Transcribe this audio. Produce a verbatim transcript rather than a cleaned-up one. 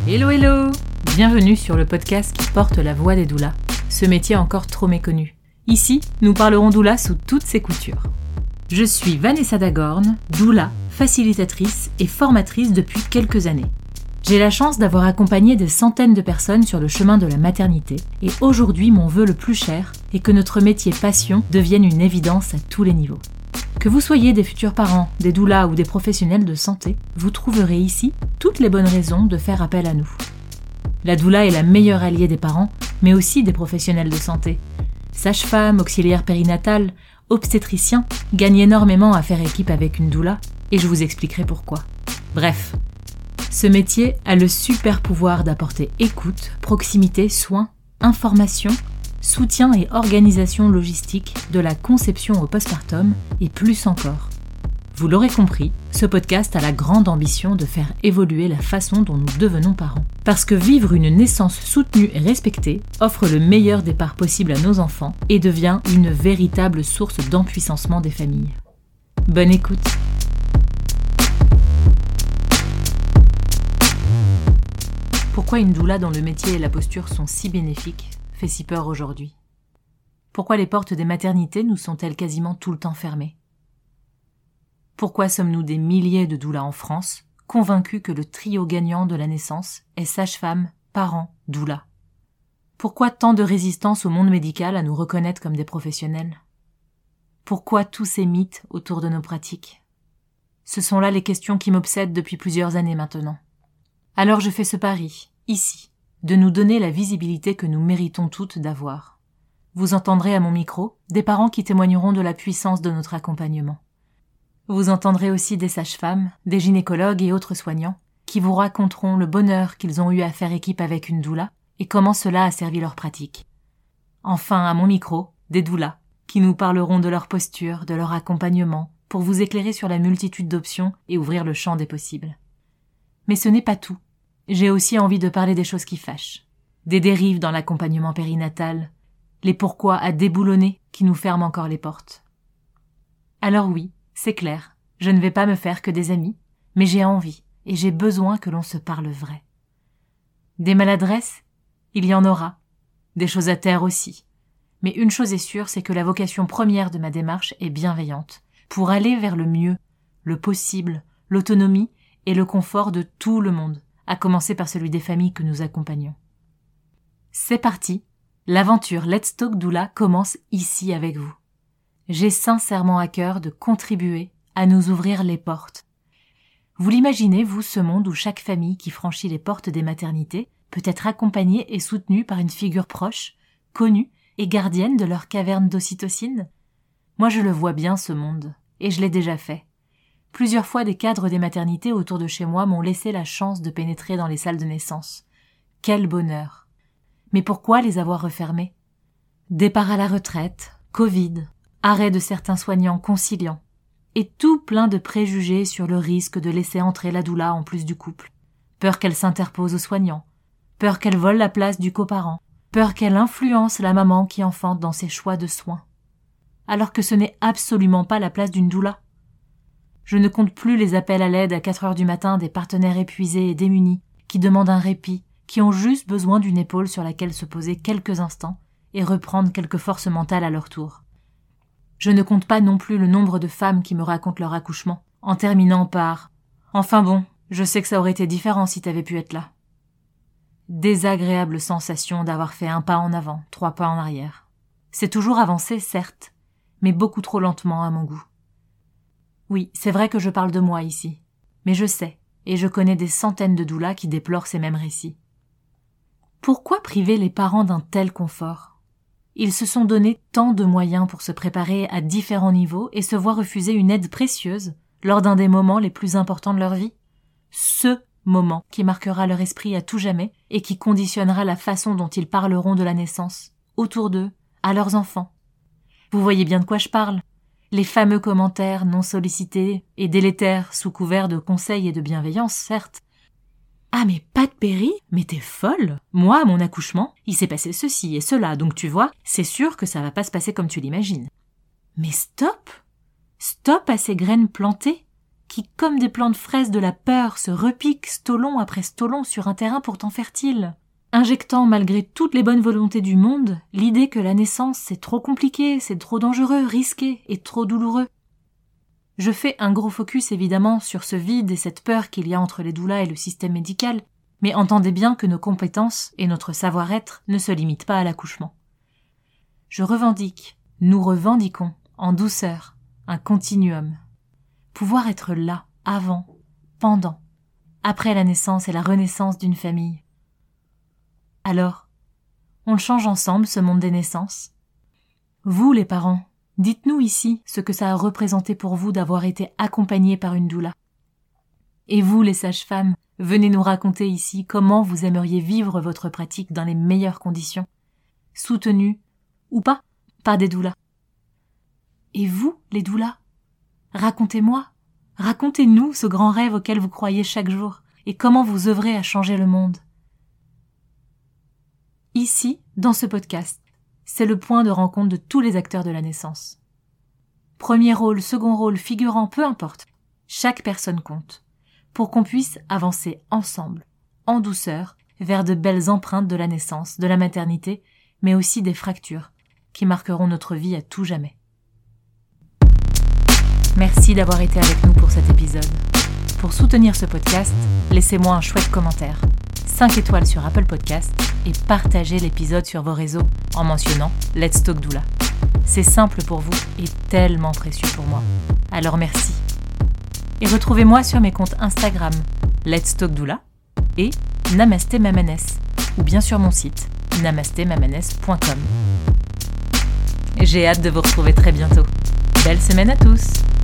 Hello hello! Bienvenue sur le podcast qui porte la voix des doulas, ce métier encore trop méconnu. Ici, nous parlerons doula sous toutes ses coutures. Je suis Vanessa Dagorn, doula, facilitatrice et formatrice depuis quelques années. J'ai la chance d'avoir accompagné des centaines de personnes sur le chemin de la maternité et aujourd'hui mon vœu le plus cher est que notre métier passion devienne une évidence à tous les niveaux. Que vous soyez des futurs parents, des doulas ou des professionnels de santé, vous trouverez ici toutes les bonnes raisons de faire appel à nous. La doula est la meilleure alliée des parents, mais aussi des professionnels de santé. Sages-femmes, auxiliaires périnatales, obstétriciens gagnent énormément à faire équipe avec une doula et je vous expliquerai pourquoi. Bref, ce métier a le super pouvoir d'apporter écoute, proximité, soins, information, soutien et organisation logistique de la conception au postpartum et plus encore. Vous l'aurez compris, ce podcast a la grande ambition de faire évoluer la façon dont nous devenons parents. Parce que vivre une naissance soutenue et respectée offre le meilleur départ possible à nos enfants et devient une véritable source d'empuissancement des familles. Bonne écoute! Pourquoi une doula dont le métier et la posture sont si bénéfiques fait si peur aujourd'hui? Pourquoi les portes des maternités nous sont-elles quasiment tout le temps fermées? Pourquoi sommes-nous des milliers de doulas en France, convaincus que le trio gagnant de la naissance est sage-femme, parent, doula? Pourquoi tant de résistance au monde médical à nous reconnaître comme des professionnels? Pourquoi tous ces mythes autour de nos pratiques? Ce sont là les questions qui m'obsèdent depuis plusieurs années maintenant. Alors je fais ce pari, ici, de nous donner la visibilité que nous méritons toutes d'avoir. Vous entendrez à mon micro des parents qui témoigneront de la puissance de notre accompagnement. Vous entendrez aussi des sages-femmes, des gynécologues et autres soignants qui vous raconteront le bonheur qu'ils ont eu à faire équipe avec une doula et comment cela a servi leur pratique. Enfin, à mon micro, des doulas qui nous parleront de leur posture, de leur accompagnement, pour vous éclairer sur la multitude d'options et ouvrir le champ des possibles. Mais ce n'est pas tout. J'ai aussi envie de parler des choses qui fâchent, des dérives dans l'accompagnement périnatal, les pourquoi à déboulonner qui nous ferment encore les portes. Alors oui, c'est clair, je ne vais pas me faire que des amis, mais j'ai envie et j'ai besoin que l'on se parle vrai. Des maladresses, il y en aura, des choses à taire aussi. Mais une chose est sûre, c'est que la vocation première de ma démarche est bienveillante, pour aller vers le mieux, le possible, l'autonomie et le confort de tout le monde, à commencer par celui des familles que nous accompagnons. C'est parti, l'aventure Let's Talk Doula commence ici avec vous. J'ai sincèrement à cœur de contribuer à nous ouvrir les portes. Vous l'imaginez, vous, ce monde où chaque famille qui franchit les portes des maternités peut être accompagnée et soutenue par une figure proche, connue et gardienne de leur caverne d'ocytocine? Moi je le vois bien ce monde, et je l'ai déjà fait. Plusieurs fois, des cadres des maternités autour de chez moi m'ont laissé la chance de pénétrer dans les salles de naissance. Quel bonheur! Mais pourquoi les avoir refermées? Départ à la retraite, Covid, arrêt de certains soignants conciliants, et tout plein de préjugés sur le risque de laisser entrer la doula en plus du couple. Peur qu'elle s'interpose aux soignants, peur qu'elle vole la place du coparent, peur qu'elle influence la maman qui enfante dans ses choix de soins. Alors que ce n'est absolument pas la place d'une doula. Je ne compte plus les appels à l'aide à quatre heures du matin des partenaires épuisés et démunis, qui demandent un répit, qui ont juste besoin d'une épaule sur laquelle se poser quelques instants et reprendre quelques forces mentales à leur tour. Je ne compte pas non plus le nombre de femmes qui me racontent leur accouchement, en terminant par « Enfin bon, je sais que ça aurait été différent si t'avais pu être là. » Désagréable sensation d'avoir fait un pas en avant, trois pas en arrière. C'est toujours avancé, certes, mais beaucoup trop lentement à mon goût. Oui, c'est vrai que je parle de moi ici, mais je sais, et je connais des centaines de doulas qui déplorent ces mêmes récits. Pourquoi priver les parents d'un tel confort? Ils se sont donné tant de moyens pour se préparer à différents niveaux et se voir refuser une aide précieuse lors d'un des moments les plus importants de leur vie. Ce moment qui marquera leur esprit à tout jamais et qui conditionnera la façon dont ils parleront de la naissance, autour d'eux, à leurs enfants. Vous voyez bien de quoi je parle. Les fameux commentaires non sollicités et délétères sous couvert de conseils et de bienveillance, certes. « Ah mais pas de péri? Mais t'es folle? Moi, à mon accouchement, il s'est passé ceci et cela, donc tu vois, c'est sûr que ça va pas se passer comme tu l'imagines. » Mais stop! Stop à ces graines plantées qui, comme des plantes fraises de la peur, se repiquent stolon après stolon sur un terrain pourtant fertile, injectant malgré toutes les bonnes volontés du monde l'idée que la naissance c'est trop compliqué, c'est trop dangereux, risqué et trop douloureux. Je fais un gros focus évidemment sur ce vide et cette peur qu'il y a entre les doulas et le système médical, mais entendez bien que nos compétences et notre savoir-être ne se limitent pas à l'accouchement. Je revendique, nous revendiquons, en douceur, un continuum. Pouvoir être là, avant, pendant, après la naissance et la renaissance d'une famille. Alors, on le change ensemble, ce monde des naissances. Vous, les parents, dites-nous ici ce que ça a représenté pour vous d'avoir été accompagnés par une doula. Et vous, les sages-femmes, venez nous raconter ici comment vous aimeriez vivre votre pratique dans les meilleures conditions, soutenus, ou pas, par des doulas. Et vous, les doulas, racontez-moi, racontez-nous ce grand rêve auquel vous croyez chaque jour, et comment vous œuvrez à changer le monde. Ici, dans ce podcast, c'est le point de rencontre de tous les acteurs de la naissance. Premier rôle, second rôle, figurant, peu importe, chaque personne compte, pour qu'on puisse avancer ensemble, en douceur, vers de belles empreintes de la naissance, de la maternité, mais aussi des fractures, qui marqueront notre vie à tout jamais. Merci d'avoir été avec nous pour cet épisode. Pour soutenir ce podcast, laissez-moi un chouette commentaire, cinq étoiles sur Apple Podcast et partagez l'épisode sur vos réseaux en mentionnant Let's Talk Doula. C'est simple pour vous et tellement précieux pour moi. Alors merci. Et retrouvez-moi sur mes comptes Instagram Let's Talk Doula et Namasté Mamaness ou bien sur mon site namasté mamaness point com. J'ai hâte de vous retrouver très bientôt. Belle semaine à tous!